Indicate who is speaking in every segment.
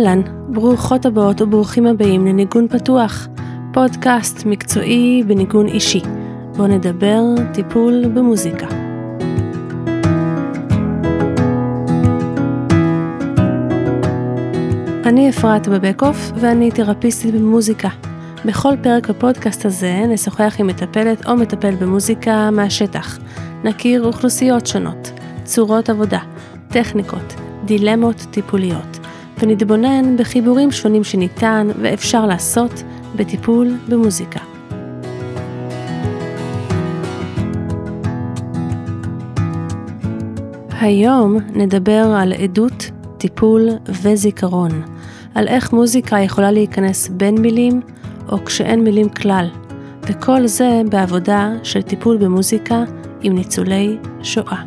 Speaker 1: אהלן, ברוכות הבאות וברוכים הבאים לניגון פתוח, פודקאסט מקצועי בניגון אישי. בוא נדבר טיפול במוזיקה. אני אפרת בבקוף ואני תרפיסטית במוזיקה. בכל פרק בפודקאסט הזה נשוחח עם מטפלת או מטפל במוזיקה מהשטח. נכיר אוכלוסיות שונות, צורות עבודה, טכניקות, דילמות טיפוליות, ונתבונן בחיבורים שונים שניתן ואפשר לעשות בטיפול במוזיקה. היום נדבר על עדות, טיפול וזיכרון, על איך מוזיקה יכולה להיכנס בין מילים או כשאין מילים כלל, וכל זה בעבודה של טיפול במוזיקה עם ניצולי שואה.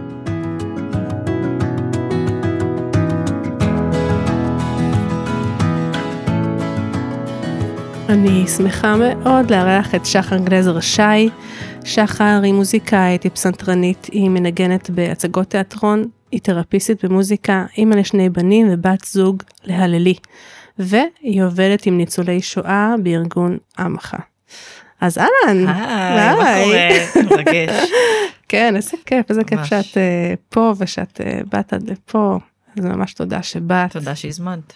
Speaker 1: אני שמחה מאוד לארח את שחר גלזר שי. שחר היא מוזיקאית, היא פסנתרנית, היא מנגנת בהצגות תיאטרון, היא תרפיסטית במוזיקה, אימא לשני בנים ובת זוג להללי, והיא עובדת עם ניצולי שואה בארגון עמך. אז אהלן.
Speaker 2: היי, מה קורה? מרגש.
Speaker 1: כן, איזה כיף, איזה כיף שאת פה ושאת באת עד לפה, אז ממש תודה שבאת.
Speaker 2: תודה שהזמנת.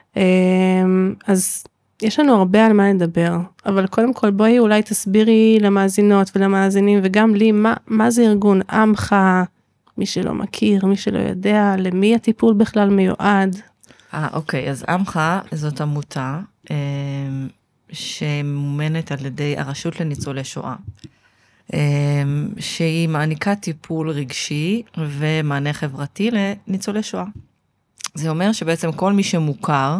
Speaker 1: אז יש לנו הרבה על מה לדבר, אבל קודם כל בואי אולי תסבירי למאזינות ולמאזינים וגם לי מה זה ארגון עמך, מי שלא מכיר, מי שלא יודע, למי הטיפול בכלל מיועד.
Speaker 2: אוקיי, אז עמך זאת עמותה שמומנת על ידי הרשות לניצולי שואה, שהיא מעניקה טיפול רגשי ומענה חברתי לניצולי שואה. זה אומר שבעצם כל מי שמוכר,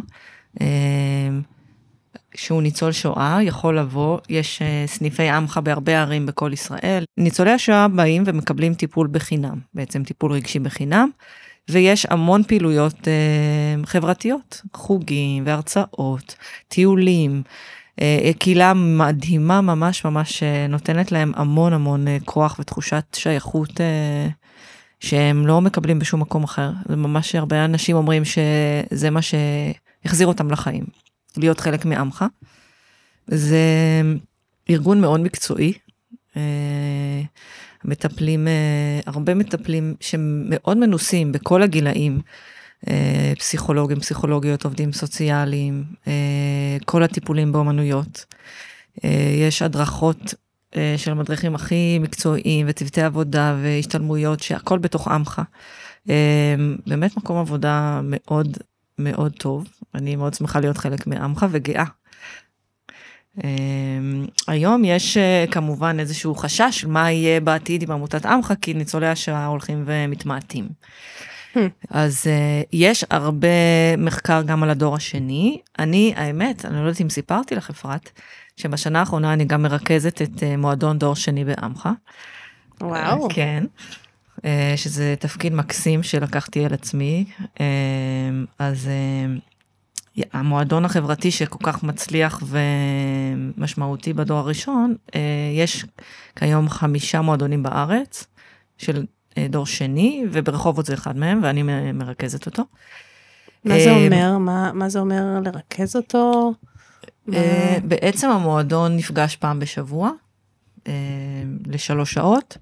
Speaker 2: שהוא ניצול שואה, יכול לבוא, יש סניפי עמך בהרבה ערים בכל ישראל. ניצולי השואה באים ומקבלים טיפול בחינם, בעצם טיפול רגשי בחינם, ויש המון פעילויות חברתיות, חוגים והרצאות, טיולים, קהילה מדהימה ממש ממש נותנת להם המון המון כוח ותחושת שייכות שהם לא מקבלים בשום מקום אחר. זה ממש הרבה אנשים אומרים שזה מה שיחזיר אותם לחיים. להיות חלק מעמך. זה ארגון מאוד מקצועי, מטפלים, הרבה מטפלים שמאוד מנוסים בכל הגילאים, פסיכולוגים, פסיכולוגיות, עובדים סוציאליים, כל הטיפולים באומנויות. יש הדרכות של מדריכים הכי מקצועיים וצוותי עבודה והשתלמויות שהכל בתוך עמך. באמת מקום עבודה מאוד מאוד טוב, אני מאוד שמחה להיות חלק מעמך וגאה. היום יש כמובן איזשהו חשש מה יהיה בעתיד עם עמותת עמך, כי ניצולי השואה הולכים ומתמעטים. אז יש הרבה מחקר גם על הדור השני. האמת, אני לא יודעת אם סיפרתי לך אפרת, שבשנה האחרונה אני גם מרכזת את מועדון דור שני בעמך.
Speaker 1: וואו.
Speaker 2: כן. שזה תפקיד מקסים שלקחתי על עצמי, אז המועדון החברתי שכל כך מצליח ומשמעותי בדור הראשון, יש כיום 5 מועדונים בארץ, של דור שני, וברחובות זה אחד מהם, ואני מרכזת אותו.
Speaker 1: מה זה אומר? מה זה אומר לרכז אותו?
Speaker 2: בעצם המועדון נפגש פעם בשבוע, ל3 שעות,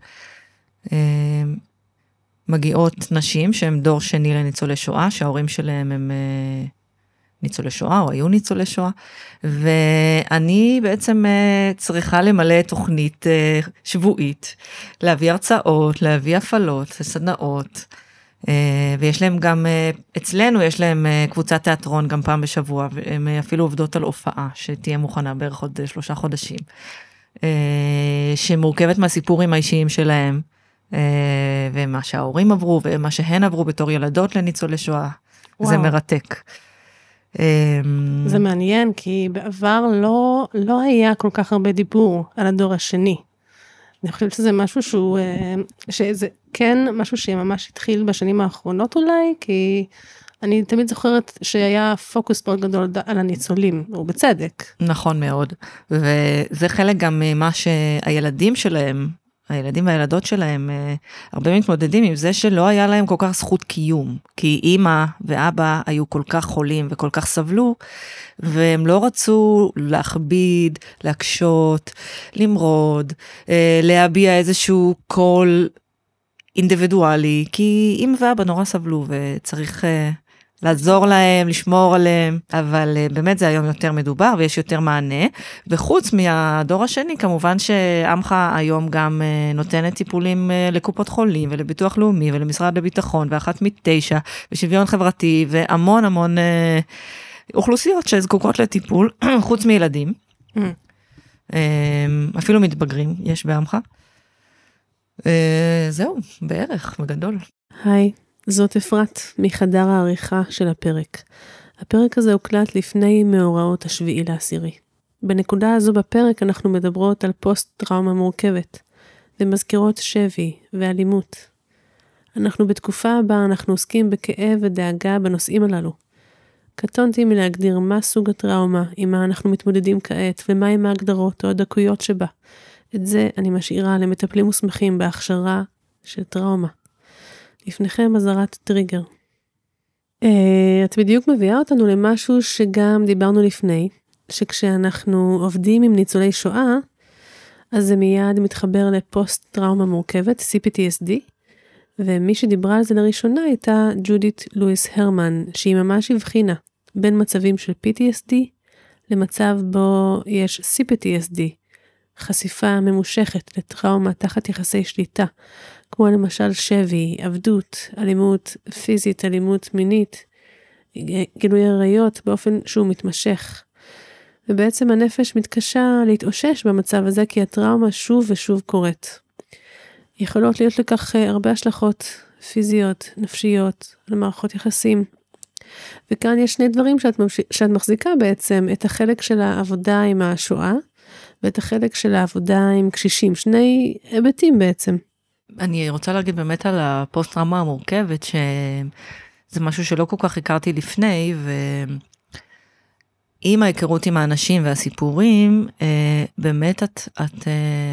Speaker 2: מגיעות נשים שהן דור שני לניצולי שואה, שההורים שלהם הם ניצולי שואה, או היו ניצולי שואה, ואני בעצם צריכה למלא תוכנית שבועית, להביא הרצאות, להביא הפעלות, סדנאות, ויש להם גם, אצלנו יש להם קבוצת תיאטרון גם פעם בשבוע, והן אפילו עובדות על הופעה, שתהיה מוכנה בערך עוד 3 חודשים, שמורכבת מהסיפורים האישיים שלהם, ומה שההורים עברו, ומה שהן עברו בתור ילדות לניצולי שואה. וואו. זה מרתק.
Speaker 1: זה מעניין, כי בעבר לא היה כל כך הרבה דיבור על הדור השני. אני חושבת שזה משהו שזה כן משהו שממש התחיל בשנים האחרונות אולי, כי אני תמיד זוכרת שהיה פוקוס מאוד גדול על הניצולים, ובצדק.
Speaker 2: נכון מאוד. וזה חלק גם ממה שהילדים שלהם, הילדים והילדות שלהם הרבה מתמודדים עם זה שלא היה להם כל כך זכות קיום, כי אמא ואבא היו כל כך חולים וכל כך סבלו, והם לא רצו להכביד, להקשות, למרוד, להביע איזשהו קול אינדיבידואלי, כי אמא ואבא נורא סבלו וצריך לעזור להם, לשמור עליהם, אבל באמת זה היום יותר מדובר ויש יותר מענה, וחוץ מהדור השני, כמובן שעמך היום גם נותנת טיפולים לקופות חולים ולביטוח לאומי ולמשרד לביטחון, ואחת מתשע, ושוויון חברתי, והמון המון אוכלוסיות שזקוקות לטיפול, חוץ מילדים, אפילו מתבגרים יש בעמך. זהו, בערך, בגדול.
Speaker 1: היי. זאת אפרת מחדר העריכה של הפרק. הפרק הזה הוקלט לפני מאורעות 7/10. בנקודה הזו בפרק אנחנו מדברות על פוסט-טראומה מורכבת, ומזכירות שבי ואלימות. אנחנו בתקופה הבאה אנחנו עוסקים בכאב ודאגה בנושאים הללו. קטונתי מלהגדיר מה סוג הטראומה, עם מה אנחנו מתמודדים כעת, ומה עם ההגדרות או הדקויות שבה. את זה אני משאירה למטפלים מוסמכים בהכשרה של טראומה. לפניכם אזהרת טריגר. את בדיוק מביאה אותנו למשהו שגם דיברנו לפני, שכשאנחנו עובדים עם ניצולי שואה, אז זה מיד מתחבר לפוסט טראומה מורכבת, CPTSD, ומי שדיברה על זה לראשונה הייתה ג'ודית לואיס הרמן, שהיא ממש הבחינה בין מצבים של PTSD למצב בו יש CPTSD, חשיפה ממושכת לטראומה תחת יחסי שליטה, כמו למשל שבי, עבדות, אלימות פיזית, אלימות מינית, גילוי עריות באופן שהוא מתמשך. ובעצם הנפש מתקשה להתאושש במצב הזה, כי הטראומה שוב ושוב קורית. יכולות להיות לכך הרבה השלכות פיזיות, נפשיות, למערכות יחסים. וכאן יש שני דברים שאת מחזיקה בעצם, את החלק של העבודה עם השואה, ואת החלק של העבודה עם קשישים, שני היבטים בעצם.
Speaker 2: אני רוצה להגיד באמת על הפוסט-טראומה המורכבת, שזה משהו שלא כל כך הכרתי לפני, ועם ההיכרות עם האנשים והסיפורים, באמת את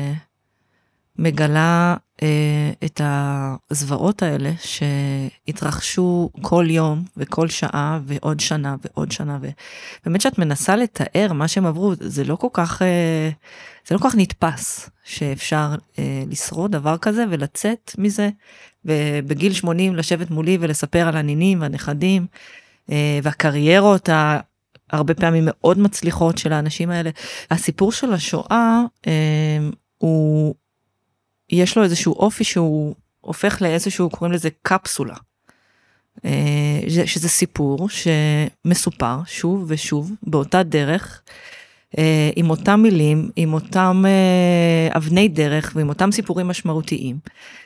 Speaker 2: מגלה את הזוועות האלה, שהתרחשו כל יום וכל שעה ועוד שנה ועוד שנה, ובאמת שאת מנסה לתאר מה שהם עברו, זה לא כל כך נתפס, שאפשר לשרוד דבר כזה ולצאת מזה, ובגיל 80 לשבת מולי ולספר על הנינים והנכדים, והקריירות הרבה פעמים מאוד מצליחות של האנשים האלה. הסיפור של השואה, יש לו איזשהו אופי שהוא הופך לאיזשהו, קוראים לזה קפסולה. שזה סיפור שמסופר שוב ושוב באותה דרך, עם אותם מילים, עם אותם אבני דרך, ועם אותם סיפורים משמעותיים.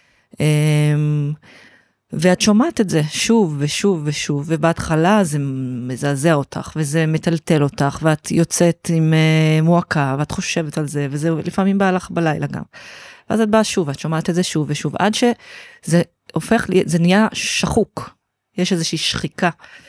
Speaker 2: ואת שומעת את זה שוב ושוב ושוב, ובהתחלה זה מזעזע אותך, וזה מטלטל אותך, ואת יוצאת עם מועקה, ואת חושבת על זה, וזה לפעמים בא לך בלילה גם. ואז את באה שוב, את שומעת את זה שוב ושוב, עד שזה הופך, זה נהיה שחוק, יש איזושהי שחיקה.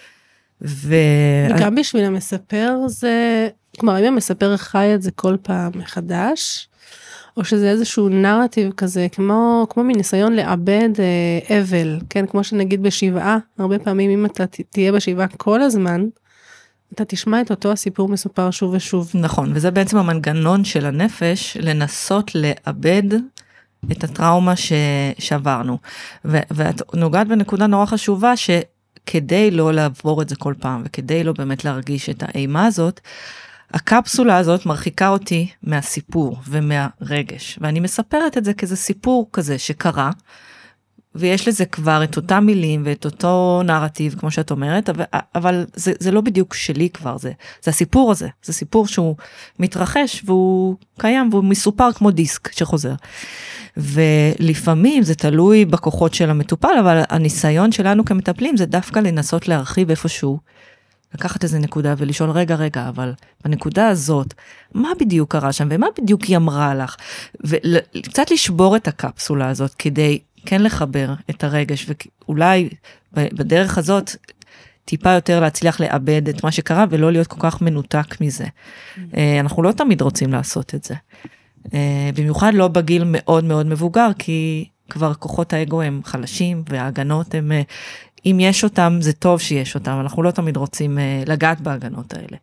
Speaker 1: וגם בשביל המספר זה, כלומר, אם המספר חי את זה כל פעם מחדש, או שזה איזשהו נרטיב כזה, כמו מניסיון לאבד אבל, כן, כמו שנגיד בשבעה, הרבה פעמים אם אתה תהיה בשבעה כל הזמן, אתה תשמע את אותו הסיפור מסופר שוב ושוב.
Speaker 2: נכון, וזה בעצם המנגנון של הנפש, לנסות לאבד את הטראומה ששברנו. ואת נוגעת בנקודה נורא חשובה, שכדי לא לעבור את זה כל פעם, וכדי לא באמת להרגיש את האימה הזאת, הקפסולה הזאת מרחיקה אותי מהסיפור ומהרגש, ואני מספרת את זה כזה סיפור כזה שקרה, ויש לזה כבר את אותם מילים ואת אותו נרטיב, כמו שאת אומרת, אבל זה לא בדיוק שלי כבר, זה הסיפור הזה, זה סיפור שהוא מתרחש והוא קיים והוא מסופר כמו דיסק שחוזר. ולפעמים זה תלוי בכוחות של המטופל, אבל הניסיון שלנו כמטפלים זה דווקא לנסות להרחיב איפשהו, לקחת איזה נקודה ולשאול רגע, אבל בנקודה הזאת, מה בדיוק קרה שם ומה בדיוק היא אמרה לך? וקצת לשבור את הקפסולה הזאת כדי כן לחבר את הרגש, ואולי בדרך הזאת טיפה יותר להצליח לאבד את מה שקרה ולא להיות כל כך מנותק מזה. אנחנו לא תמיד רוצים לעשות את זה. במיוחד לא בגיל מאוד מאוד מבוגר, כי כבר כוחות האגו הם חלשים, וההגנות הם, אם יש אותם, זה טוב שיש אותם, אנחנו לא תמיד רוצים לגעת בהגנות האלה.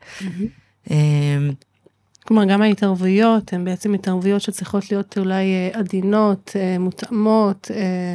Speaker 1: כלומר, גם ההתערבויות, הן בעצם התערבויות שצריכות להיות אולי עדינות, מותאמות,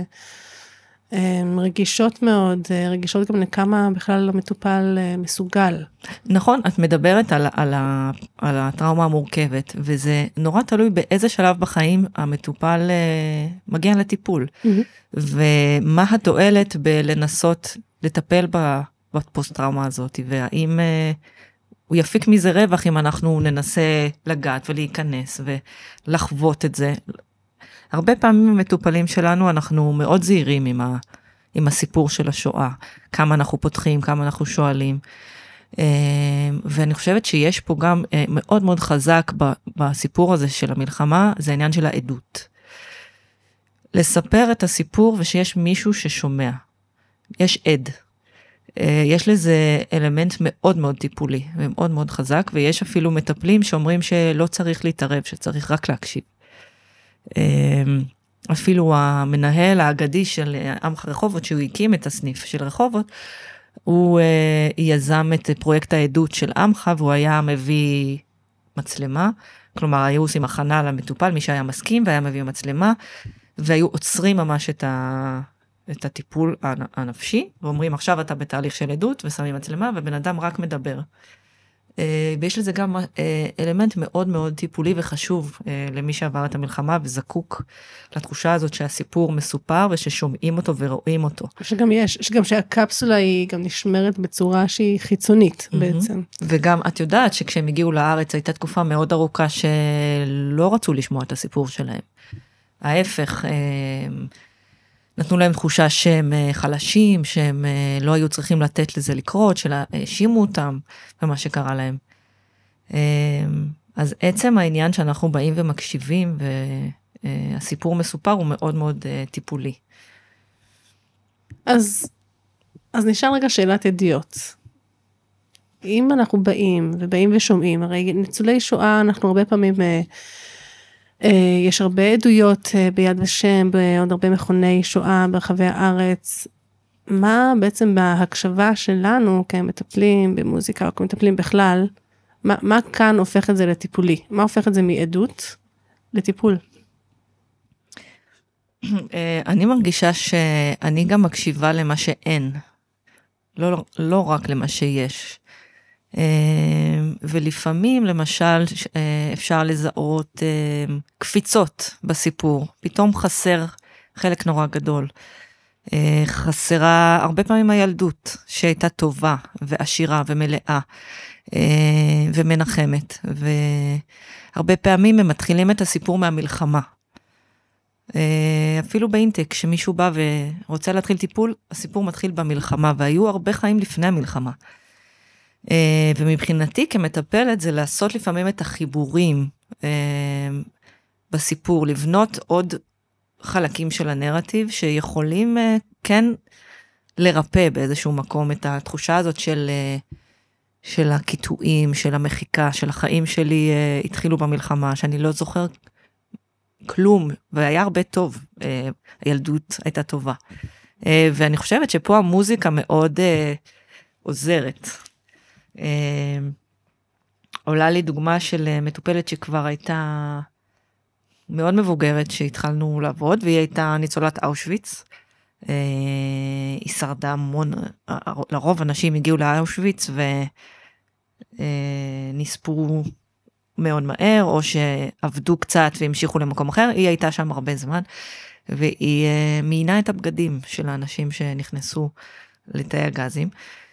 Speaker 1: רגישות מאוד, רגישות גם לכמה בכלל המטופל מסוגל.
Speaker 2: נכון, את מדברת על הטראומה המורכבת, וזה נורא תלוי באיזה שלב בחיים המטופל מגיע לטיפול, ומה התועלת בלנסות לטפל בפוסט-טראומה הזאת, והאם הוא יפיק מזה רווח אם אנחנו ננסה לגעת ולהיכנס ולחוות את זה. הרבה פעמים המטופלים שלנו, אנחנו מאוד זהירים עם הסיפור של השואה, כמה אנחנו פותחים, כמה אנחנו שואלים, ואני חושבת שיש פה גם מאוד מאוד חזק בסיפור הזה של המלחמה, זה העניין של העדות. לספר את הסיפור ושיש מישהו ששומע, יש עד. יש לזה אלמנט מאוד מאוד טיפולי, ומאוד מאוד חזק, ויש אפילו מטפלים שאומרים שלא צריך להתערב, שצריך רק להקשיב. אפילו המנהל האגדי של עמך רחובות, שהוא הקים את הסניף של רחובות, הוא יזם את פרויקט העדות של עמך, והוא היה מביא מצלמה, כלומר היו עושים הכנה למטופל, מי שהיה מסכים, והיה מביא מצלמה, והיו עוצרים ממש את הטיפול הנפשי, ואומרים עכשיו אתה בתהליך של עדות, ושמים מצלמה, ובן אדם רק מדבר. ויש לזה גם אלמנט מאוד מאוד טיפולי וחשוב למי שעבר את המלחמה, וזקוק לתחושה הזאת שהסיפור מסופר, וששומעים אותו ורואים אותו.
Speaker 1: שגם שהקפסולה היא גם נשמרת בצורה שהיא חיצונית בעצם.
Speaker 2: וגם את יודעת שכשהם הגיעו לארץ, הייתה תקופה מאוד ארוכה שלא רצו לשמוע את הסיפור שלהם. ההפך, נתנו להם תחושה שהם חלשים, שהם לא היו צריכים לתת לזה לקרות, שהאשימו אותם במה שקרה להם. אז עצם העניין שאנחנו באים ומקשיבים, והסיפור מסופר הוא מאוד מאוד טיפולי.
Speaker 1: אז נשאל רגע שאלת עדויות. אם אנחנו באים ושומעים, הרי ניצולי שואה אנחנו הרבה פעמים יש הרבה עדויות ביד ושם, בעוד הרבה מכוני שואה ברחבי הארץ. מה בעצם בהקשבה שלנו כמטפלים במוזיקה או כמטפלים בכלל, מה כאן הופך את זה לטיפולי? מה הופך את זה מעדות לטיפול?
Speaker 2: אני מרגישה שאני גם מקשיבה למה שאין, לא רק למה שיש. ולפעמים למשל אפשר לזהות קפיצות בסיפור, פתאום חסר חלק נורא גדול, חסרה הרבה פעמים הילדות שהייתה טובה ועשירה ומלאה ומנחמת, והרבה פעמים הם מתחילים את הסיפור מהמלחמה, אפילו באינטק שמישהו בא ורוצה להתחיל טיפול, הסיפור מתחיל במלחמה, והיו הרבה חיים לפני המלחמה. ומבחינתי כמטפלת זה לעשות לפעמים את החיבורים בסיפור, לבנות עוד חלקים של הנרטיב שיכולים כן לרפא באיזשהו מקום את התחושה הזאת של הקיטועים, של המחיקה, של החיים שלי התחילו במלחמה, שאני לא זוכר כלום, והיה הרבה טוב, הילדות הייתה טובה. ואני חושבת שפה המוזיקה מאוד עוזרת. עולה לי דוגמה של מטופלת שכבר הייתה מאוד מבוגרת שהתחלנו לעבוד, והיא הייתה ניצולת אושוויץ, היא שרדה המון, לרוב אנשים הגיעו לאושוויץ ונספו מאוד מהר, או שעבדו קצת והמשיכו למקום אחר, היא הייתה שם הרבה זמן, והיא מיינה את הבגדים של האנשים שנכנסו לתאי הגזים,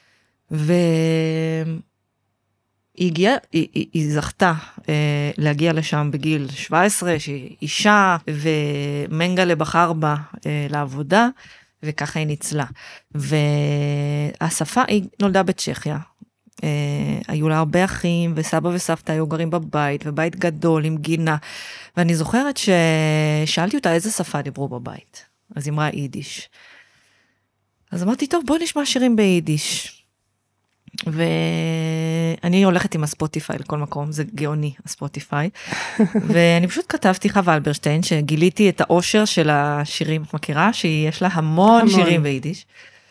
Speaker 2: היא זכתה להגיע לשם בגיל 17, שהיא אישה, ומנגלה בחר בה לעבודה, וככה היא ניצלה. והשפה, היא נולדה בצ'כיה. היו לה הרבה אחים, וסבא וסבתא היו גרים בבית, ובית גדול עם גינה. ואני זוכרת ששאלתי אותה איזה שפה דיברו בבית. אז היא אמרה יידיש. אז אמרתי, טוב, בוא נשמע שירים ביידיש. ואני הולכת עם הספוטיפיי לכל מקום, זה גאוני, הספוטיפיי. ואני פשוט כתבתי חווה אלברשטיין, שגיליתי את האושר של השירים, את מכירה? שיש לה המון שירים ביידיש.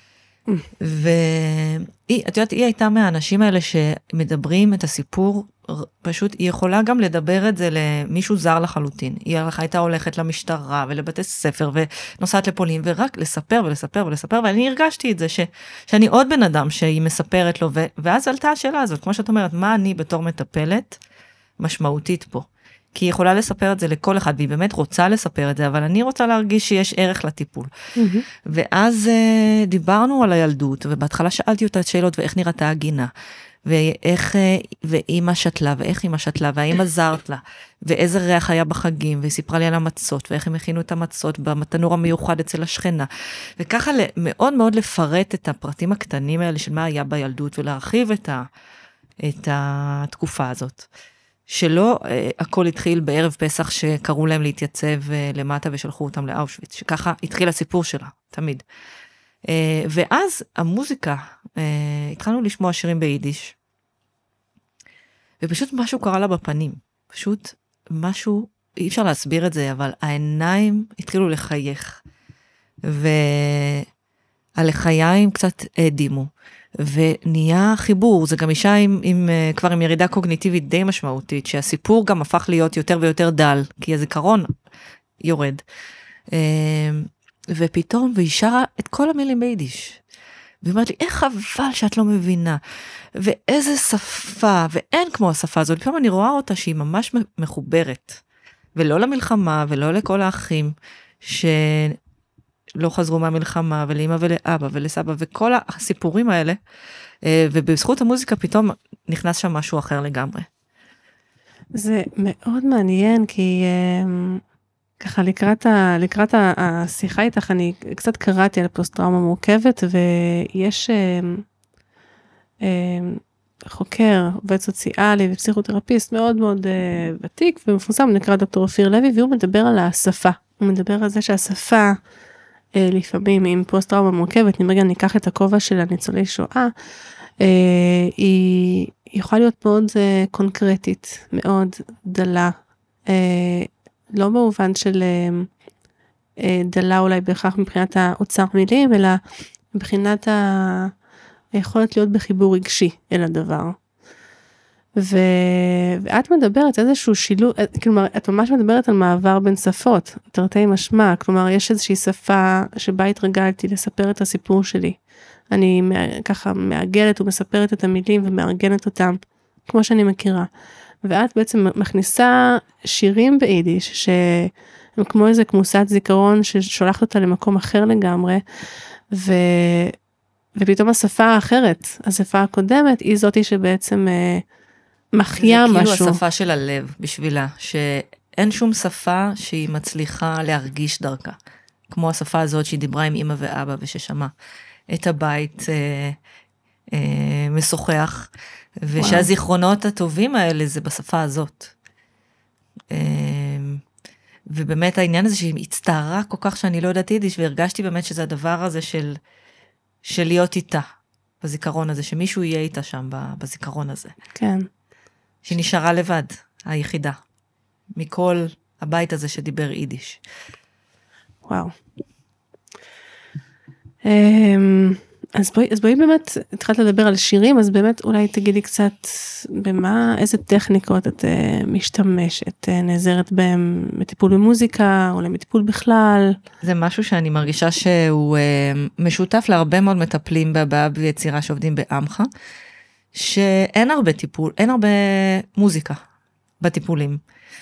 Speaker 2: ואת יודעת, היא הייתה מהאנשים האלה שמדברים את הסיפור, פשוט היא יכולה גם לדבר את זה למישהו זר לחלוטין. היא הייתה הולכת למשטרה ולבתי ספר ונוסעת לפולין, ורק לספר ולספר ולספר, ואני הרגשתי את זה שאני עוד בן אדם שהיא מספרת לו, ואז עלתה השאלה הזאת, כמו שאת אומרת, מה אני בתור מטפלת משמעותית פה? כי היא יכולה לספר את זה לכל אחד, והיא באמת רוצה לספר את זה, אבל אני רוצה להרגיש שיש ערך לטיפול. ואז דיברנו על הילדות, ובהתחלה שאלתי אותה את שאלות, ואיך נראתה הגינה, ואימא שתלה, ואיך אימא שתלה, והאימא זרת לה, ואיזה ריח היה בחגים, והיא סיפרה לי על המצות, ואיך הם הכינו את המצות בתנור המיוחד אצל השכנה, וככה מאוד מאוד לפרט את הפרטים הקטנים האלה, של מה היה בילדות, ולהרחיב את התקופה הזאת. שלא הכל התחיל בערב פסח שקראו להם להתייצב למטה ושלחו אותם לאושוויץ, שככה התחיל הסיפור שלה, תמיד. ואז המוזיקה, התחלנו לשמוע שירים ביידיש, ופשוט משהו קרה לה בפנים, פשוט משהו, אי אפשר להסביר את זה, אבל העיניים התחילו לחייך, והלחיים קצת העדימו, ונהיה חיבור, זה גם אישה כבר עם ירידה קוגניטיבית די משמעותית, שהסיפור גם הפך להיות יותר ויותר דל, כי הזיכרון יורד. ופתאום, והיא שרה את כל המילים ביידיש. והיא אומרת לי, איך חבל שאת לא מבינה, ואיזה שפה, ואין כמו השפה הזאת. לפעמים אני רואה אותה שהיא ממש מחוברת, ולא למלחמה, ולא לכל האחים, לא חזרו מהמלחמה, ולאמא ולאבא ולסבא, וכל הסיפורים האלה, ובזכות המוזיקה פתאום נכנס שם משהו אחר לגמרי.
Speaker 1: זה מאוד מעניין, כי ככה לקראת השיחה איתך, אני קצת קראתי על פוסט-טראומה מורכבת, ויש חוקר, עובד סוציאלי ופסיכותרפיסט מאוד מאוד ותיק ומפורסם, נקרא דוקטור אופיר לוי, והוא מדבר על השפה. הוא מדבר על זה שהשפה, לפעמים עם פוסט-טראומה מורכבת, אם רגע ניקח את הכובע של הניצולי שואה, היא יכולה להיות מאוד קונקרטית, מאוד דלה, לא במובן של דלה אולי בהכרח מבחינת האוצר מילים, אלא מבחינת היכולת להיות בחיבור רגשי אל הדבר. ואת מדברת איזשהו שילוב, כלומר, את ממש מדברת על מעבר בין שפות, תרתי משמע, כלומר, יש איזושהי שפה שבה התרגלתי לספר את הסיפור שלי. אני ככה מעגלת ומספרת את המילים ומארגנת אותם, כמו שאני מכירה. ואת בעצם מכניסה שירים ביידיש, שהם כמו איזה כמוסת זיכרון ששולחת אותה למקום אחר לגמרי, ופתאום השפה האחרת, השפה הקודמת, היא זאתי שבעצם מחיה משהו.
Speaker 2: זה כאילו השפה של הלב בשבילה, שאין שום שפה שהיא מצליחה להרגיש דרכה, כמו השפה הזאת שהיא דיברה עם אמא ואבא, וששמע את הבית משוחח, ושהזיכרונות הטובים האלה זה בשפה הזאת. ובאמת העניין הזה שהיא הצטערה כל כך שאני לא יודעת יידיש, והרגשתי באמת שזה הדבר הזה של להיות איתה, בזיכרון הזה, שמישהו יהיה איתה שם בזיכרון הזה.
Speaker 1: כן.
Speaker 2: שהיא נשארה לבד, היחידה, מכל הבית הזה שדיבר יידיש.
Speaker 1: וואו. אז בואי באמת, התחלת לדבר על שירים, אז באמת אולי תגידי קצת איזה טכניקות את משתמשת, נעזרת בהם בטיפול במוזיקה, או בטיפול בכלל.
Speaker 2: זה משהו שאני מרגישה שהוא משותף להרבה מאוד מטפלים בהבעה ביצירה שעובדים בעמך, שאין הרבה טיפול, אין הרבה מוזיקה בטיפולים.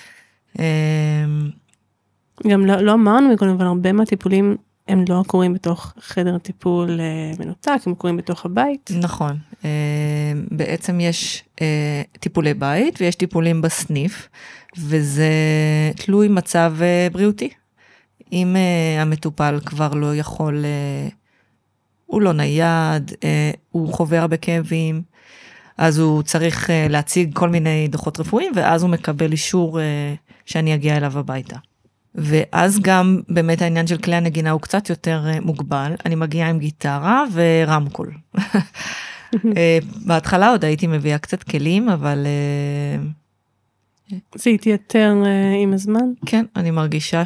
Speaker 1: גם לא אמרנו מקודם, אבל הרבה מהטיפולים הם לא קוראים בתוך חדר טיפול מנותק, הם קוראים בתוך הבית.
Speaker 2: נכון. בעצם יש טיפולי בית, ויש טיפולים בסניף, וזה תלוי מצב בריאותי. אם המטופל כבר לא יכול, הוא לא נייד, הוא חווה הרבה כאבים, אז הוא צריך להציג כל מיני דוחות רפואיים, ואז הוא מקבל אישור שאני אגיע אליו הביתה. ואז גם באמת העניין של כלי הנגינה הוא קצת יותר מוגבל, אני מגיעה עם גיטרה ורמקול. בהתחלה עוד הייתי מביאה קצת כלים, אבל...
Speaker 1: זה התייתר עם הזמן?
Speaker 2: כן, אני מרגישה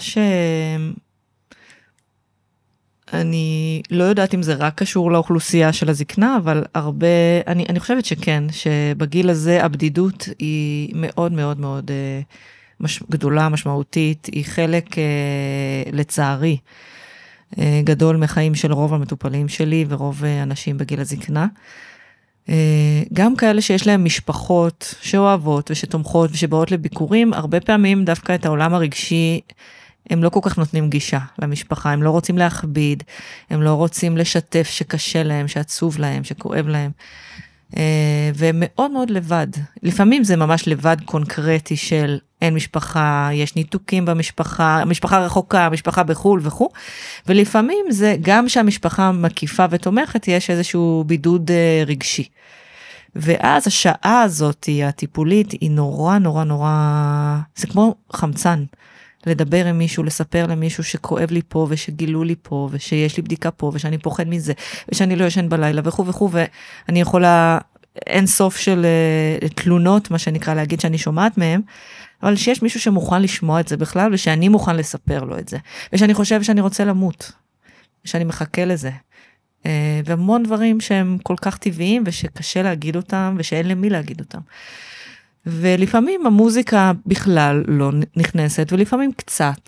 Speaker 2: אני לא יודעת אם זה רק קשור לאוכלוסייה של הזקנה, אבל הרבה, אני חושבת שכן, שבגיל הזה הבדידות היא מאוד מאוד מאוד גדולה, משמעותית, היא חלק, לצערי, גדול מחיים של רוב המטופלים שלי ורוב אנשים בגיל הזקנה. גם כאלה שיש להם משפחות שאוהבות ושתומכות ושבאות לביקורים, הרבה פעמים דווקא את העולם הרגשי, הם לא כל כך נותנים גישה למשפחה, הם לא רוצים להכביד, הם לא רוצים לשתף שקשה להם, שעצוב להם, שכואב להם. והם מאוד מאוד לבד. לפעמים זה ממש לבד קונקרטי של אין משפחה, יש ניתוקים במשפחה, המשפחה רחוקה, המשפחה בחול וכו'. ולפעמים זה גם שהמשפחה מקיפה ותומכת, יש איזשהו בידוד רגשי. ואז השעה הזאת, הטיפולית, היא נורא נורא נורא, זה כמו חמצן. לדבר עם מישהו, לספר למישהו שכואב לי פה, ושגילו לי פה, ושיש לי בדיקה פה, ושאני פוחד מזה, ושאני לא ישן בלילה, וכו' וכו', ואני יכולה אין סוף של תלונות, מה שנקרא להגיד שאני שומעת מהם, אבל שיש מישהו שמוכן לשמוע את זה בכלל, ושאני מוכן לספר לו את זה, ושאני חושב שאני רוצה למות, ושאני מחכה לזה. והמון דברים שהם כל כך טבעיים, ושקשה להגיד אותם, ושאין למי להגיד אותם. ולפעמים המוזיקה בכלל לא נכנסת, ולפעמים קצת.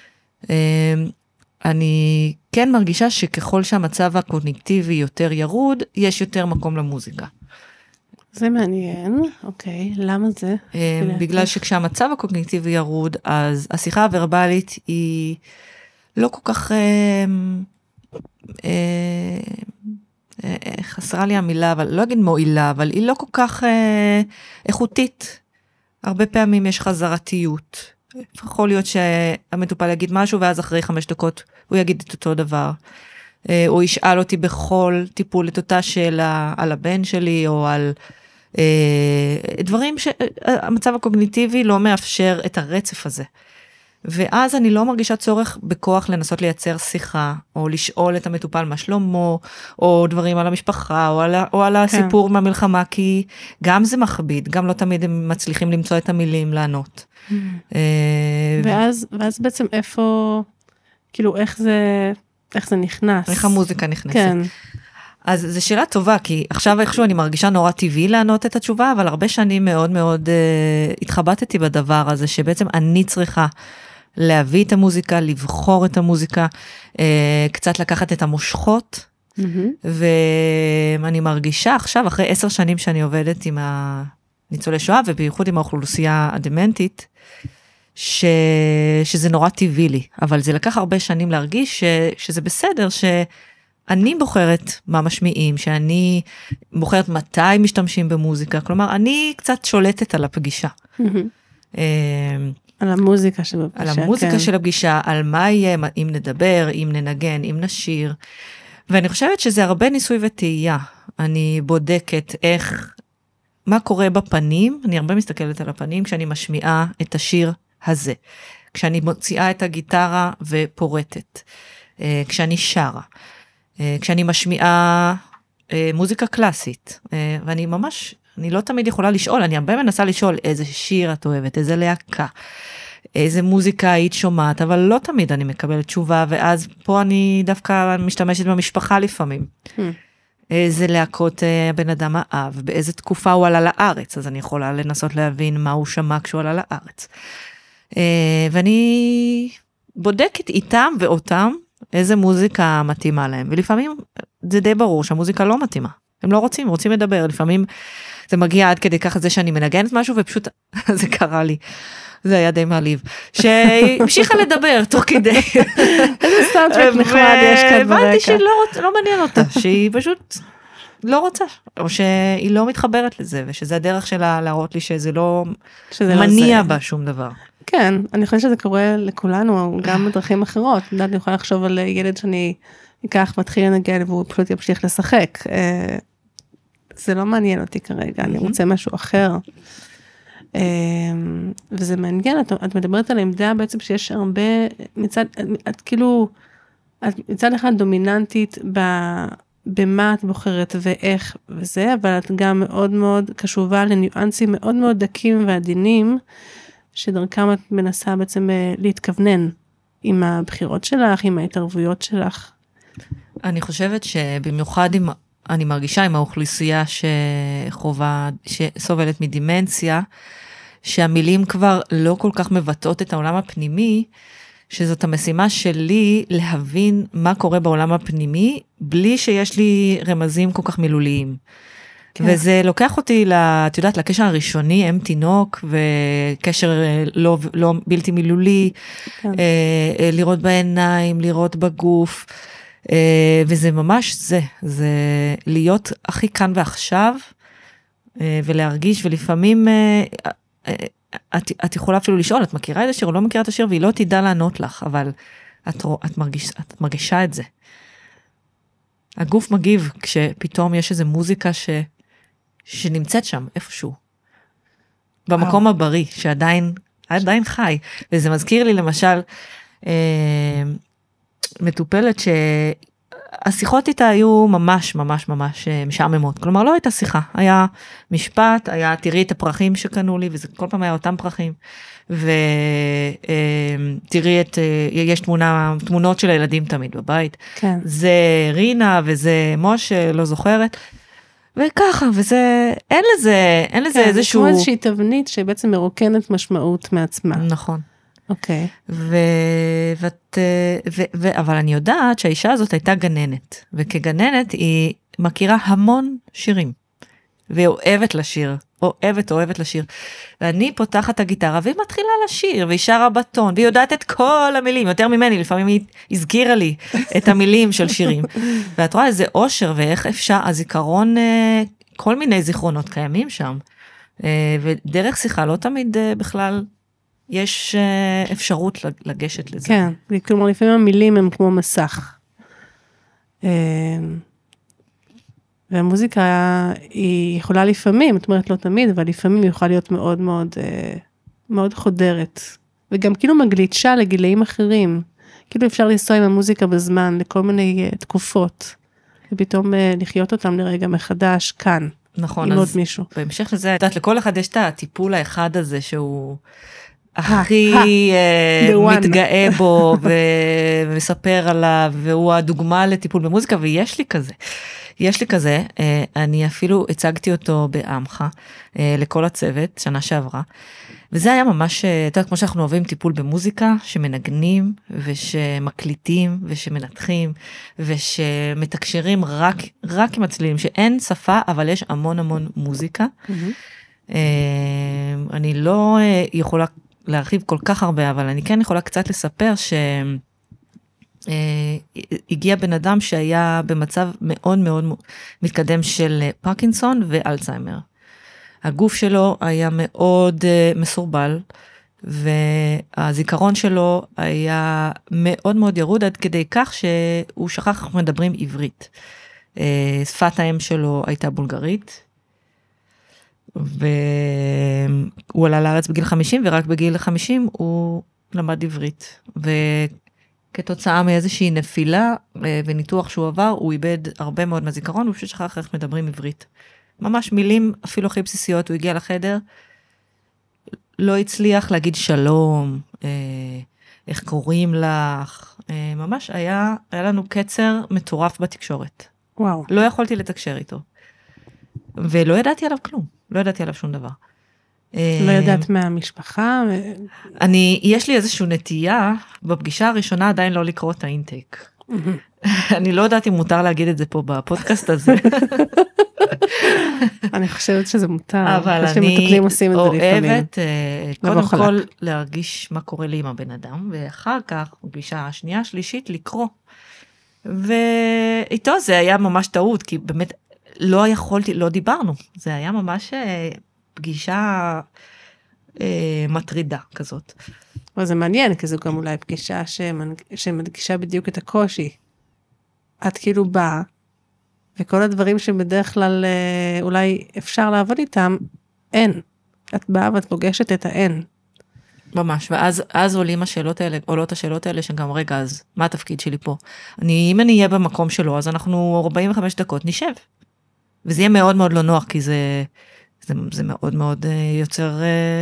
Speaker 2: אני כן מרגישה שככל שהמצב הקוגניטיבי יותר ירוד, יש יותר מקום למוזיקה.
Speaker 1: זה מעניין, אוקיי, למה זה?
Speaker 2: בגלל שכשהמצב הקוגניטיבי ירוד, אז השיחה הוורבלית היא לא כל כך... חסרה לי המילה, אבל לא אגיד מועילה, אבל היא לא כל כך איכותית. הרבה פעמים יש חזרתיות. יכול להיות שהמטופל יגיד משהו, ואז אחרי 5 דקות הוא יגיד את אותו דבר. או ישאל אותי בכל טיפול את אותה שאלה על הבן שלי, או על דברים שהמצב הקוגניטיבי לא מאפשר את הרצף הזה. ואז אני לא מרגישה צורך בכוח לנסות לייצר שיחה, או לשאול את המטופל מה שלמה, או דברים על המשפחה, או על הסיפור מהמלחמה, כי גם זה מכביד, גם לא תמיד הם מצליחים למצוא את המילים לענות.
Speaker 1: ואז בעצם איפה, כאילו איך זה נכנס?
Speaker 2: איך המוזיקה נכנסת.
Speaker 1: כן.
Speaker 2: אז זו שאלה טובה, כי עכשיו איכשהו אני מרגישה נורא טבעי לענות את התשובה, אבל הרבה שנים מאוד מאוד התחבטתי בדבר הזה, שבעצם אני צריכה להביא את המוזיקה, לבחור את המוזיקה, קצת לקחת את המושכות, ואני מרגישה עכשיו, אחרי 10 שנים שאני עובדת עם הניצולי שואה, ובייחוד עם האוכלוסייה הדמנטית, שזה נורא טבעי לי, אבל זה לקח הרבה שנים להרגיש שזה בסדר, שאני בוחרת מה משמיעים, שאני בוחרת מתי משתמשים במוזיקה, כלומר, אני קצת שולטת על הפגישה.
Speaker 1: על המוזיקה של הפגישה,
Speaker 2: על המוזיקה של הפגישה, על מה יהיה, אם נדבר, אם ננגן, אם נשיר. ואני חושבת שזה הרבה ניסוי וטעייה. אני בודקת מה קורה בפנים, אני הרבה מסתכלת על הפנים, כשאני משמיעה את השיר הזה. כשאני מוציאה את הגיטרה ופורטת. כשאני שרה. כשאני משמיעה מוזיקה קלאסית. ואני ממש... אני לא תמיד יכולה לשאול, אני הרבה מנסה לשאול איזה שיר את אוהבת, איזה להקה, איזה מוזיקה היית שומעת, אבל לא תמיד אני מקבלת תשובה, ואז פה אני דווקא משתמשת במשפחה לפעמים. איזה להקות הבן אדם האב, באיזה תקופה הוא עלה לארץ, אז אני יכולה לנסות להבין מה הוא שמע כשהוא עלה לארץ. ואני בודקת איתם ואותם איזה מוזיקה מתאימה להם, ולפעמים זה די ברור שהמוזיקה לא מתאימה. הם לא רוצים לדבר, לפעמים זה מגיע עד כדי ככה זה שאני מנגנת משהו, ופשוט זה קרה לי, זה היה די מעליב, שהמשיכה לדבר תוך כדי.
Speaker 1: איזה סאונדטרק נחמד יש כאן ברקע.
Speaker 2: הבנתי שלא מעניין אותה, שהיא פשוט לא רוצה, או שהיא לא מתחברת לזה, ושזה הדרך שלה להראות לי שזה לא מניע בה שום דבר.
Speaker 1: כן, אני חושבת שזה קורה לכולנו, גם בדרכים אחרות. אני יכולה לחשוב על ילד שאני אקח מתחיל לנגן, והוא פשוט ימשיך לשחק. זה לא מעניין אותי כרגע, אני רוצה משהו אחר. וזה מעניין, את מדברת על העמדה בעצם שיש הרבה, את כאילו, את מצד אחד דומיננטית במה את בוחרת ואיך וזה, אבל את גם מאוד מאוד קשובה לניואנסים מאוד מאוד דקים ועדינים, שדרכם את מנסה בעצם להתכוונן עם הבחירות שלך, עם ההתערבויות שלך.
Speaker 2: אני חושבת שבמיוחד אני מרגישה עם האוכלוסייה שסובלת מדימנציה, שהמילים כבר לא כל כך מבטאות את העולם הפנימי, שזאת המשימה שלי להבין מה קורה בעולם הפנימי, בלי שיש לי רמזים כל כך מילוליים. כן. וזה לוקח אותי, את יודעת, לקשר הראשוני, אם תינוק, וקשר לא בלתי מילולי, כן. לראות בעיניים, לראות בגוף, וזה ממש זה להיות הכי כאן ועכשיו, ולהרגיש, ולפעמים את יכולה אפילו לשאול, את מכירה את השיר או לא מכירה את השיר, והיא לא תדע לענות לך, אבל את מרגישה את זה. הגוף מגיב כשפתאום יש איזו מוזיקה שנמצאת שם איפשהו, במקום הבריא, שעדיין חי. וזה מזכיר לי למשל, מטופלת שהשיחות איתה היו ממש משעממות. כלומר, לא הייתה שיחה, היה משפט, היה תראי את הפרחים שקנו לי, וזה כל פעם היה אותם פרחים, ותראי יש תמונות של הילדים תמיד בבית. כן. זה רינה וזה משה, לא זוכרת. וככה, וזה, אין לזה איזשהו...
Speaker 1: כמו איזושהי תבנית שבעצם מרוקנת משמעות מעצמה.
Speaker 2: נכון.
Speaker 1: אוקיי.
Speaker 2: אבל אני יודעת שהאישה הזאת הייתה גננת, וכגננת היא מכירה המון שירים, והיא אוהבת לשיר, אוהבת לשיר. ואני פותחת את הגיטרה, והיא מתחילה לשיר, והיא שרה בטון, והיא יודעת את כל המילים, יותר ממני, לפעמים היא הזכירה לי את המילים של שירים. ואת רואה איזה אושר, ואיך אפשר, הזיכרון, כל מיני זיכרונות קיימים שם. ודרך שיחה לא תמיד בכלל יש אפשרות לגשת לזה.
Speaker 1: כן, כלומר לפעמים המילים הם כמו מסך. והמוזיקה היא יכולה לפעמים, זאת אומרת לא תמיד, אבל לפעמים היא יכולה להיות מאוד מאוד, מאוד חודרת. וגם כאילו מגליצ'ה לגילאים אחרים. כאילו אפשר לנסוע עם המוזיקה בזמן, לכל מיני תקופות. ופתאום לחיות אותם לרגע מחדש כאן.
Speaker 2: נכון,
Speaker 1: עם עוד מישהו.
Speaker 2: בהמשך לזה, יודעת, לכל אחד יש את הטיפול האחד הזה, שהוא הכי מתגאה בו, ומספר עליו, והוא הדוגמה לטיפול במוזיקה, ויש לי כזה. אני אפילו הצגתי אותו בעמך, לכל הצוות, שנה שעברה, וזה היה ממש, אתה יודע, כמו שאנחנו אוהבים טיפול במוזיקה, שמנגנים, ושמקליטים, ושמנתחים, ושמתקשרים רק עם הצלילים, שאין שפה, אבל יש המון מוזיקה. אני לא יכולה להרחיב כל כך הרבה, אבל אני כן יכולה קצת לספר הגיע בן אדם שהיה במצב מאוד מאוד מתקדם של פרקינסון ואלצהיימר. הגוף שלו היה מאוד מסורבל, והזיכרון שלו היה מאוד מאוד ירוד, עד כדי כך שהוא שכח איך מדברים עברית. שפת האם שלו הייתה בולגרית, והוא עלה לארץ בגיל 50, ורק בגיל 50 הוא למד עברית. כתוצאה מאיזושהי נפילה וניתוח שהוא עבר, הוא איבד הרבה מאוד מהזיכרון, הוא פשוט שכח איך מדברים עברית. ממש מילים, אפילו הכי בסיסיות, הוא הגיע לחדר, לא הצליח להגיד שלום, איך קוראים לך, ממש היה לנו קצר מטורף בתקשורת.
Speaker 1: וואו.
Speaker 2: לא יכולתי לתקשר איתו. ולא ידעתי עליו כלום, לא ידעתי עליו שום דבר.
Speaker 1: לא יודעת מהמשפחה?
Speaker 2: יש לי איזושהי נטייה, בפגישה הראשונה עדיין לא לקרוא את האינטייק. אני לא יודעת אם מותר להגיד את זה פה בפודקאסט הזה.
Speaker 1: אני חושבת שזה מותר.
Speaker 2: אבל אני אוהבת קודם כל להרגיש מה קורה לי עם הבן אדם, ואחר כך, בפגישה השנייה השלישית, לקרוא. ואיתו זה היה ממש טעות, כי באמת לא יכולתי, לא דיברנו. זה היה ממש פגישה מטרידה כזאת.
Speaker 1: אבל זה מעניין, כי זו גם אולי פגישה שמדגישה בדיוק את הקושי. את כאילו באה, וכל הדברים שבדרך כלל אולי אפשר לעבוד איתם, אין. את באה ואת פוגשת את האין.
Speaker 2: ממש, ואז עולות השאלות האלה שגם רגע, אז מה התפקיד שלי פה? אם אני אהיה במקום שלו, אז אנחנו 45 דקות נשב. וזה יהיה מאוד מאוד לא נוח, כי זה מאוד מאוד יוצר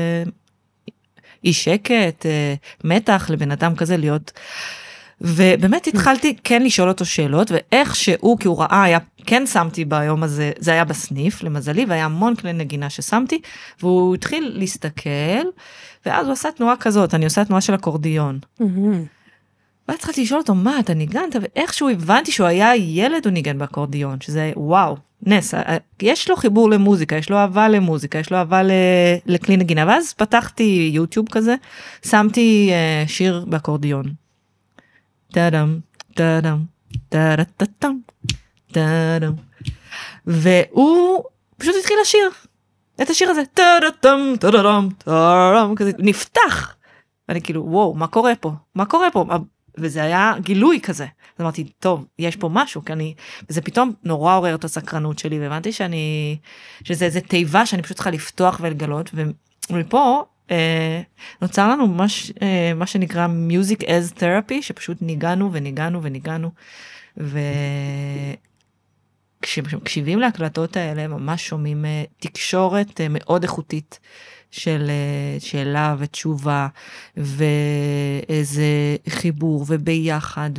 Speaker 2: אי שקט, מתח לבן אדם כזה להיות, ובאמת התחלתי כן לשאול אותו שאלות, ואיכשהו, כי הוא ראה, כן שמתי ביום הזה, זה היה בסניף, למזלי, והיה המון כלי נגינה ששמתי, והוא התחיל להסתכל, ואז הוא עשה תנועה כזאת, אני עושה תנועה של אקורדיון. ואז התחלתי לשאול אותו, מה, אתה ניגנת? ואיכשהו הבנתי שהוא היה ילד, הוא ניגן באקורדיון, שזה וואו, נס, יש לו חיבור למוזיקה, יש לו אהבה למוזיקה, יש לו אהבה לכלי נגינה, ואז פתחתי יוטיוב כזה, שמתי שיר באקורדיון. טאדם, טאדם, טאדם, טאדם, והוא פשוט התחיל לשיר את השיר הזה, טאדם, טאדם, טאדם, כזה נפתח, ואני כאילו, וואו, מה קורה פה? מה קורה פה? וזה היה גילוי כזה. אז אמרתי, טוב, יש פה משהו, וזה פתאום נורא עורר את הסקרנות שלי, והבנתי שזה איזה תיבה שאני פשוט צריכה לפתוח ולגלות, ומפה נוצר לנו מה שנקרא Music as Therapy, שפשוט ניגענו וניגענו וניגענו, וכשמקשיבים להקלטות האלה, ממש שומעים תקשורת מאוד איכותית, של שאלה ותשובה, ואיזה חיבור, וביחד,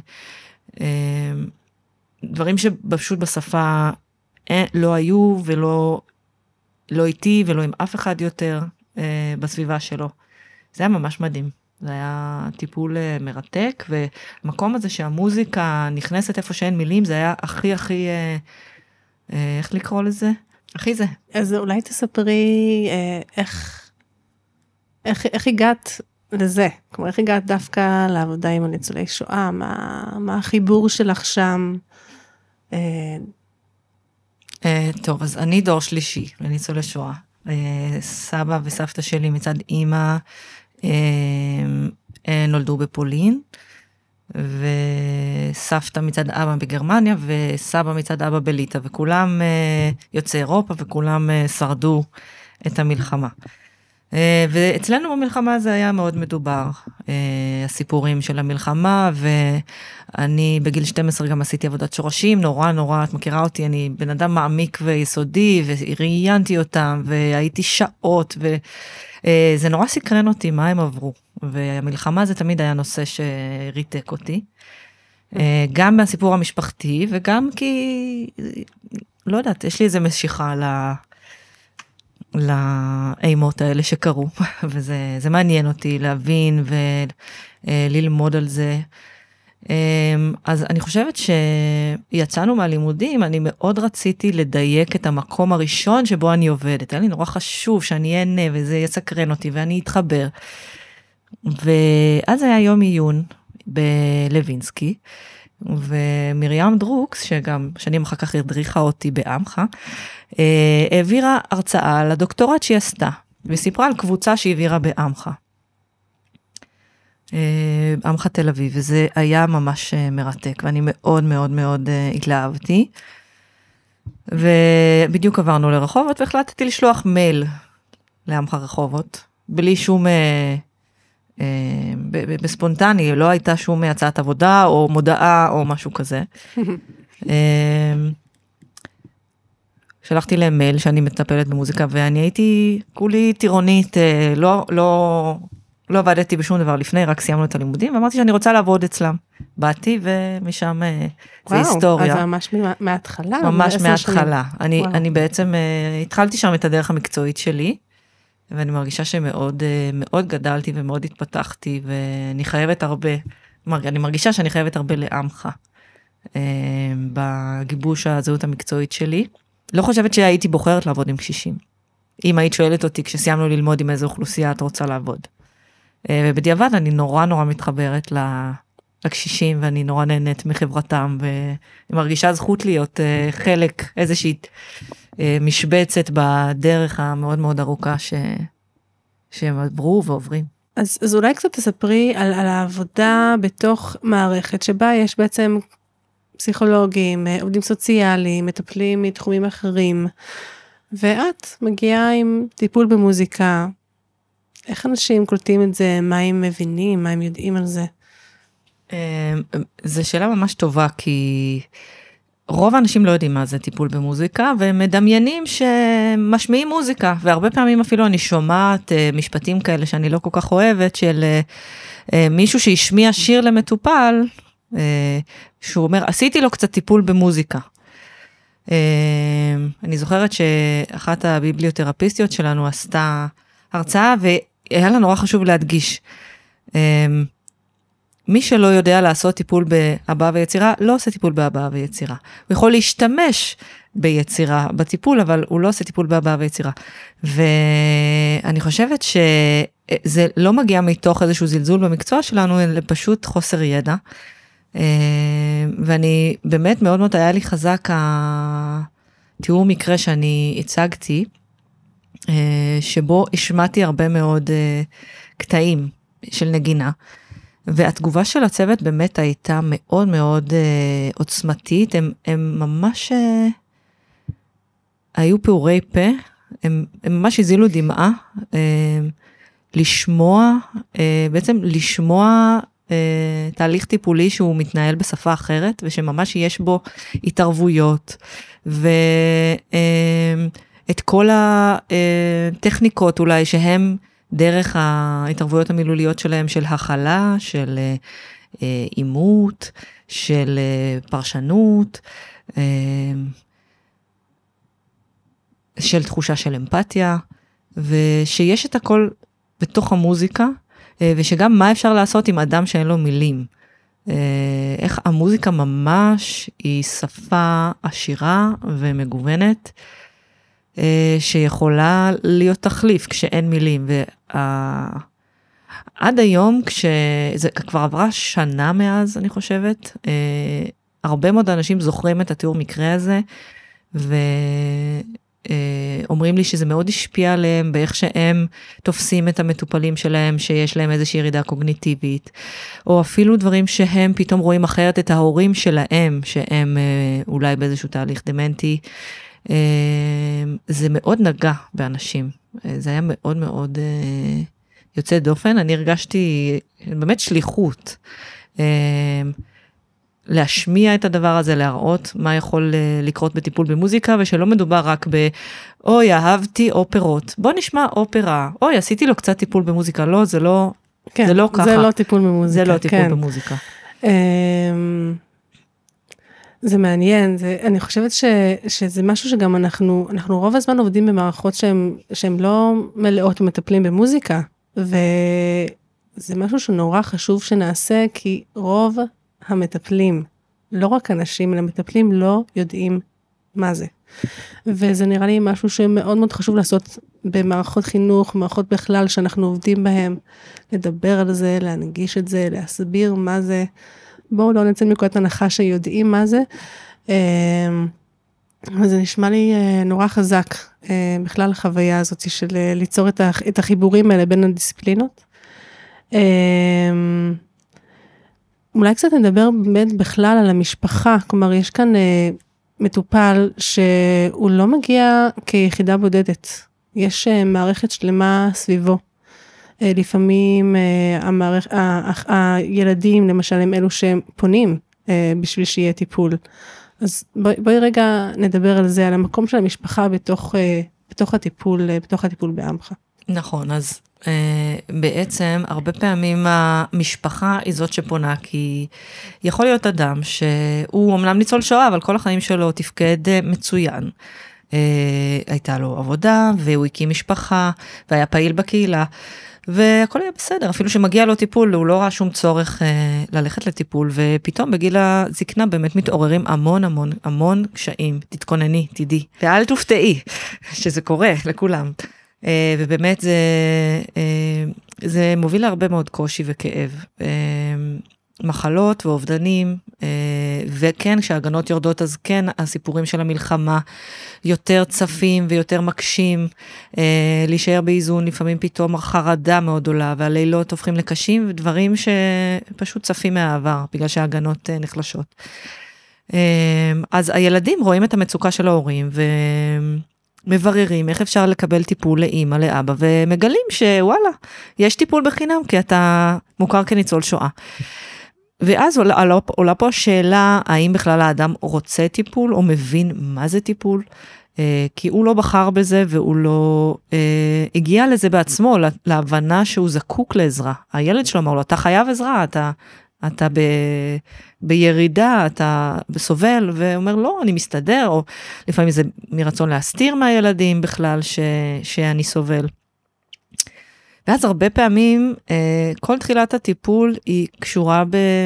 Speaker 2: ודברים שפשוט בשפה לא היו, ולא איתי, ולא עם אף אחד יותר בסביבה שלו. זה היה ממש מדהים. זה היה טיפול מרתק, ומקום הזה שהמוזיקה נכנסת איפה שאין מילים, זה היה הכי, איך לקרוא לזה? הכי זה.
Speaker 1: אז אולי תספרי איך הגעת לזה? כמו איך הגעת דווקא לעבודה עם הניצולי שואה? מה החיבור שלך שם?
Speaker 2: טוב, אז אני דור שלישי לניצולי שואה. סבא וסבתא שלי מצד אמא נולדו בפולין, וסבתא מצד אבא בגרמניה, וסבא מצד אבא בליטא, וכולם יוצאי אירופה, וכולם שרדו את המלחמה. ואצלנו במלחמה זה היה מאוד מדובר, הסיפורים של המלחמה, ואני בגיל 12 גם עשיתי עבודת שורשים, נורא, את מכירה אותי, אני בן אדם מעמיק ויסודי, וראיינתי אותם, והייתי שעות, וזה נורא סקרן אותי מה הם עברו. והמלחמה זה תמיד היה נושא שריתק אותי, גם מהסיפור המשפחתי, וגם כי, לא יודעת, יש לי איזה משיכה לאימות האלה שקרו, וזה מעניין אותי להבין וללמוד על זה. אז אני חושבת שיצאנו מהלימודים, אני מאוד רציתי לדייק את המקום הראשון שבו אני עובדת, היה לי נורא חשוב שאני אהנה וזה יסקרן אותי ואני אתחבר. ואז היה יום עיון בלווינסקי, ומרים דרוקס, שגם שנים אחר כך הדריכה אותי בעמך, העבירה הרצאה לדוקטורט שהיא עשתה, וסיפרה על קבוצה שהיא העבירה בעמך. עמך תל אביב, וזה היה ממש מרתק, ואני מאוד מאוד מאוד התלהבתי, ובדיוק עברנו לרחובות, והחלטתי לשלוח מייל לעמך רחובות, בלי שום בספונטני, לא הייתה שום הצעת עבודה, או מודעה, או משהו כזה. שלחתי להם מייל שאני מטפלת במוזיקה, ואני הייתי כולי טירונית, לא עבדתי בשום דבר לפני, רק סיימנו את הלימודים, ואמרתי שאני רוצה לעבוד אצלם. באתי, ומשם זה היסטוריה.
Speaker 1: אז זה ממש מההתחלה.
Speaker 2: ממש מההתחלה. אני בעצם התחלתי שם את הדרך המקצועית שלי, ואני מרגישה שמאוד מאוד גדלתי ומאוד התפתחתי, ואני חייבת הרבה, אני מרגישה שאני חייבת הרבה לעמך, בגיבוש הזהות המקצועית שלי. לא חושבת שהייתי בוחרת לעבוד עם קשישים. אם היית שואלת אותי, כשסיימנו ללמוד עם איזו אוכלוסייה את רוצה לעבוד. ובדיעבד אני נורא מתחברת לקשישים, ואני נורא נהנית מחברתם, ואני מרגישה זכות להיות חלק, איזושהי משבצת בדרך המאוד מאוד ארוכה שהם עברו ועוברים.
Speaker 1: אז אולי קצת תספרי על העבודה בתוך מערכת, שבה יש בעצם פסיכולוגים, עובדים סוציאליים, מטפלים מתחומים אחרים, ואת מגיעה עם טיפול במוזיקה, איך אנשים קולטים את זה, מה הם מבינים, מה הם יודעים על זה?
Speaker 2: זו שאלה ממש טובה, כי רוב האנשים לא יודעים מה זה טיפול במוזיקה, והם מדמיינים שמשמיעים מוזיקה, והרבה פעמים אפילו אני שומעת משפטים כאלה שאני לא כל כך אוהבת, של מישהו שהשמיע שיר למטופל, שהוא אומר, עשיתי לו קצת טיפול במוזיקה. אני זוכרת שאחת הביבליותרפיסטיות שלנו עשתה הרצאה, והיה לה נורא חשוב להדגיש, מי שלא יודע לעשות טיפול בהבעה ויצירה, לא עושה טיפול בהבעה ויצירה. הוא יכול להשתמש ביצירה, בטיפול, אבל הוא לא עושה טיפול בהבעה ויצירה. ואני חושבת שזה לא מגיע מתוך איזשהו זלזול במקצוע שלנו, אלא פשוט חוסר ידע. ואני באמת מאוד מאוד היה לי חזק התיאור מקרה שאני הצגתי, שבו השמעתי הרבה מאוד קטעים של נגינה, והתגובה של הצוות באמת הייתה מאוד מאוד עוצמתית, הם ממש היו פעורי פה, הם ממש הזילו דמעה, לשמוע, בעצם לשמוע תהליך טיפולי שהוא מתנהל בשפה אחרת, ושממש יש בו התערבויות, ואת כל הטכניקות אולי שהם דרך ההתערבויות המילוליות שלהם, של הכלה, של אימות, של פרשנות, של תחושה של אמפתיה, ושיש את הכל בתוך המוזיקה, ושגם מה אפשר לעשות עם אדם שאין לו מילים. איך המוזיקה ממש היא שפה עשירה ומגוונת, שיכולה להיות תחליף כשאין מילים. עד היום, זה כבר עברה שנה מאז, אני חושבת, הרבה מאוד אנשים זוכרים את התיאור מקרה הזה, אומרים לי שזה מאוד השפיע עליהם, באיך שהם תופסים את המטופלים שלהם, שיש להם איזושהי ירידה קוגניטיבית, או אפילו דברים שהם פתאום רואים אחרת את ההורים שלהם, שהם אולי באיזשהו תהליך דמנטי, זה מאוד נגע באנשים, זה היה מאוד מאוד יוצא דופן, אני הרגשתי באמת שליחות, להשמיע את הדבר הזה, להראות מה יכול לקרות בטיפול במוזיקה, ושלא מדובר רק אוי, אהבתי אופרות, בוא נשמע אופרה, אוי, עשיתי לו קצת טיפול במוזיקה, לא, זה לא,
Speaker 1: כן,
Speaker 2: זה לא ככה.
Speaker 1: זה לא טיפול במוזיקה.
Speaker 2: זה לא טיפול
Speaker 1: כן.
Speaker 2: במוזיקה.
Speaker 1: זה מעניין, אני חושבת שזה משהו שגם אנחנו רוב הזמן עובדים במערכות שהן לא מלאות ומטפלים במוזיקה, וזה משהו שנורא חשוב שנעשה, כי רוב המטפלים, לא רק אנשים, אלא מטפלים לא יודעים מה זה. וזה נראה לי משהו שמאוד מאוד חשוב לעשות במערכות חינוך, מערכות בכלל שאנחנו עובדים בהם, לדבר על זה, להנגיש את זה, להסביר מה זה. בואו לא נצא מנקודת הנחה שיודעים מה זה. וזה נשמע לי נורא חזק, בכלל החוויה הזאת של ליצור את החיבורים האלה בין הדיסציפלינות. אולי קצת נדבר באמת בכלל על המשפחה, כלומר יש כאן מטופל שהוא לא מגיע כיחידה בודדת, יש מערכת שלמה סביבו, לפעמים הילדים למשל הם אלו שהם פונים בשביל שיהיה טיפול, אז בואי רגע נדבר על זה, על המקום של המשפחה בתוך הטיפול בעמך.
Speaker 2: נכון, אז בעצם הרבה פעמים המשפחה היא זאת שפונה, כי יכול להיות אדם שהוא אמנם ניצול שואה, אבל כל החיים שלו תפקד מצוין. הייתה לו עבודה, והוא הקים משפחה, והיה פעיל בקהילה, והכל היה בסדר, אפילו שמגיע לו טיפול, הוא לא ראה שום צורך ללכת לטיפול, ופתאום בגיל הזקנה באמת מתעוררים המון המון המון קשיים, תתכונני, תדעי, ואל תופתעי שזה קורה לכולם. ובאמת זה מוביל להרבה מאוד קושי וכאב, מחלות ואובדנים, וכן, כשההגנות יורדות, אז כן, הסיפורים של המלחמה יותר צפים ויותר מקשים, להישאר באיזון, לפעמים פתאום חרדה מאוד עולה, והלילות הופכים לקשים, ודברים שפשוט צפים מהעבר, בגלל שההגנות נחלשות. אז הילדים רואים את המצוקה של ההורים, מבררים איך אפשר לקבל טיפול לאמא, לאבא, ומגלים שוואלה, יש טיפול בחינם, כי אתה מוכר כניצול שואה. ואז עולה פה השאלה, האם בכלל האדם רוצה טיפול, או מבין מה זה טיפול, כי הוא לא בחר בזה, והוא לא הגיע לזה בעצמו, להבנה שהוא זקוק לעזרה. הילד שלו אמר לו, אתה חייב עזרה, אתה בירידה, אתה סובל, ואומר, לא, אני מסתדר, או לפעמים זה מרצון להסתיר מהילדים בכלל, שאני סובל. ואז הרבה פעמים, כל תחילת הטיפול היא קשורה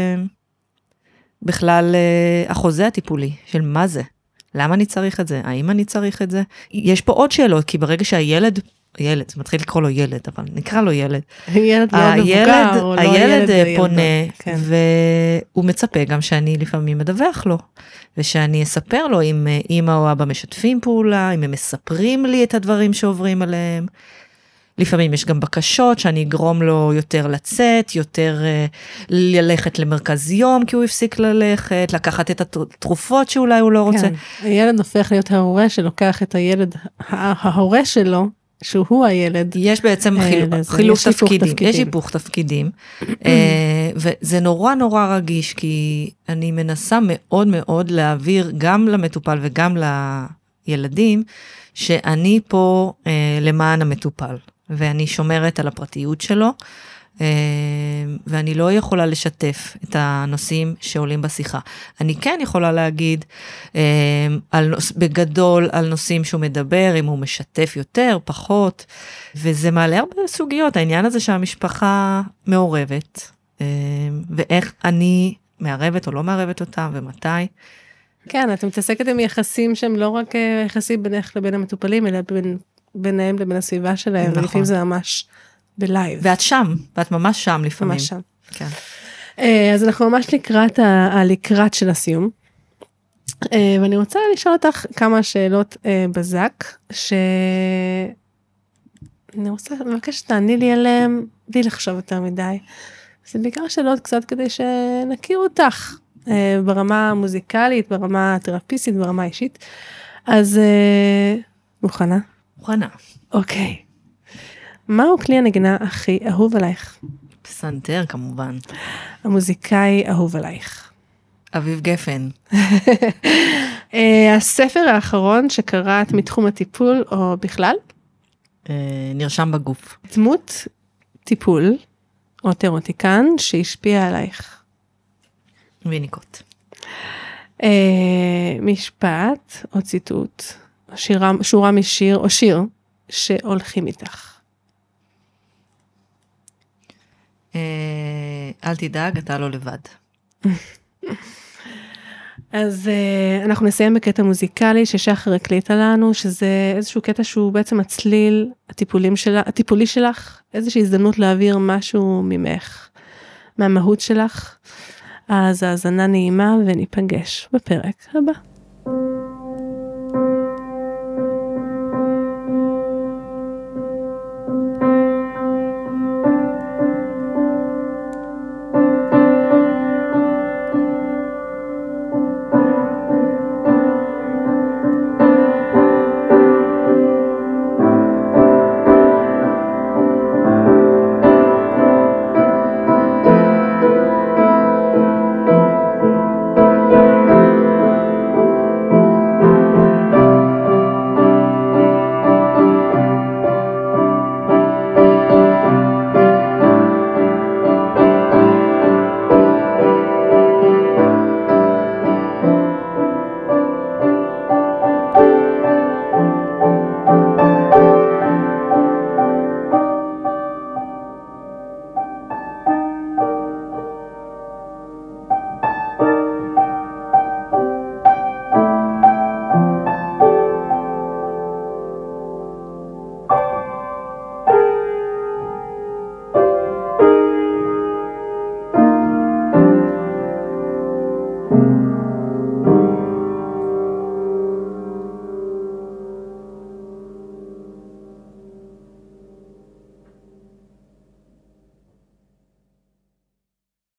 Speaker 2: בכלל החוזה הטיפולי, של מה זה? למה אני צריך את זה? האם אני צריך את זה? יש פה עוד שאלות, כי ברגע שהילד, זה מתחיל לקרוא לו ילד, אבל נקרא לו ילד.
Speaker 1: ילד מאוד מבוגר, או לא ילד.
Speaker 2: הילד פונה, והוא מצפה גם שאני לפעמים מדווח לו, ושאני אספר לו אם אמא או אבא משתפים פעולה, אם הם מספרים לי את הדברים שעוברים עליהם. לפעמים יש גם בקשות שאני אגרום לו יותר לצאת, יותר ללכת למרכז יום, כי הוא הפסיק ללכת, לקחת את התרופות שאולי הוא לא רוצה.
Speaker 1: כן, הילד הופך להיות ההורה שלוקח את הילד, ההורה שלו, שהוא הילד.
Speaker 2: יש בעצם חילוף תפקידים, יש היפוך תפקידים, וזה נורא נורא רגיש, כי אני מנסה מאוד מאוד להעביר גם למטופל וגם לילדים, שאני פה למען המטופל. ואני שומרת על הפרטיות שלו, ואני לא יכולה לשתף את הנושאים שעולים בשיחה. אני כן יכולה להגיד בגדול על נושאים שהוא מדבר, אם הוא משתף יותר, פחות, וזה מעלה הרבה סוגיות, העניין הזה שהמשפחה מעורבת, ואיך אני מערבת או לא מערבת אותם, ומתי.
Speaker 1: כן, את מתעסקת עם יחסים שהם לא רק יחסים בינך לבין המטופלים, אלא ביניהם לבין הסביבה שלהם, נכון. ולפעמים זה ממש בלייב.
Speaker 2: ואת שם, ואת ממש שם לפעמים.
Speaker 1: ממש שם.
Speaker 2: כן.
Speaker 1: אז אנחנו ממש לקראת של הסיום, ואני רוצה לשאול אותך כמה שאלות בזק, אני רוצה לבקש שתעני לי עליהם, בלי לחשוב יותר מדי. זה בעיקר שאלות קצת כדי שנכיר אותך, ברמה המוזיקלית, ברמה התרפיסטית, ברמה האישית. אז מוכנה?
Speaker 2: מוכנה.
Speaker 1: אוקיי. מהו כלי הנגינה הכי אהוב עלייך?
Speaker 2: פסנתר כמובן.
Speaker 1: המוזיקאי אהוב עלייך.
Speaker 2: אביב גפן.
Speaker 1: הספר האחרון שקראת מתחום הטיפול או בכלל?
Speaker 2: נרשם בגוף.
Speaker 1: דמות טיפול או תיאורטיקן שהשפיע עלייך?
Speaker 2: ויניקוט.
Speaker 1: משפט או ציטוט, שורה משיר או שיר שהולכים איתך.
Speaker 2: אל תדאג, אתה לא לבד.
Speaker 1: אז אנחנו נסיים בקטע מוזיקלי ששחר הקליטה לנו, שזה איזשהו קטע שהוא בעצם הצליל הטיפולי שלך, איזושהי הזדמנות להעביר משהו ממך, מהמהות שלך. אז האזנה נעימה וניפגש בפרק הבא.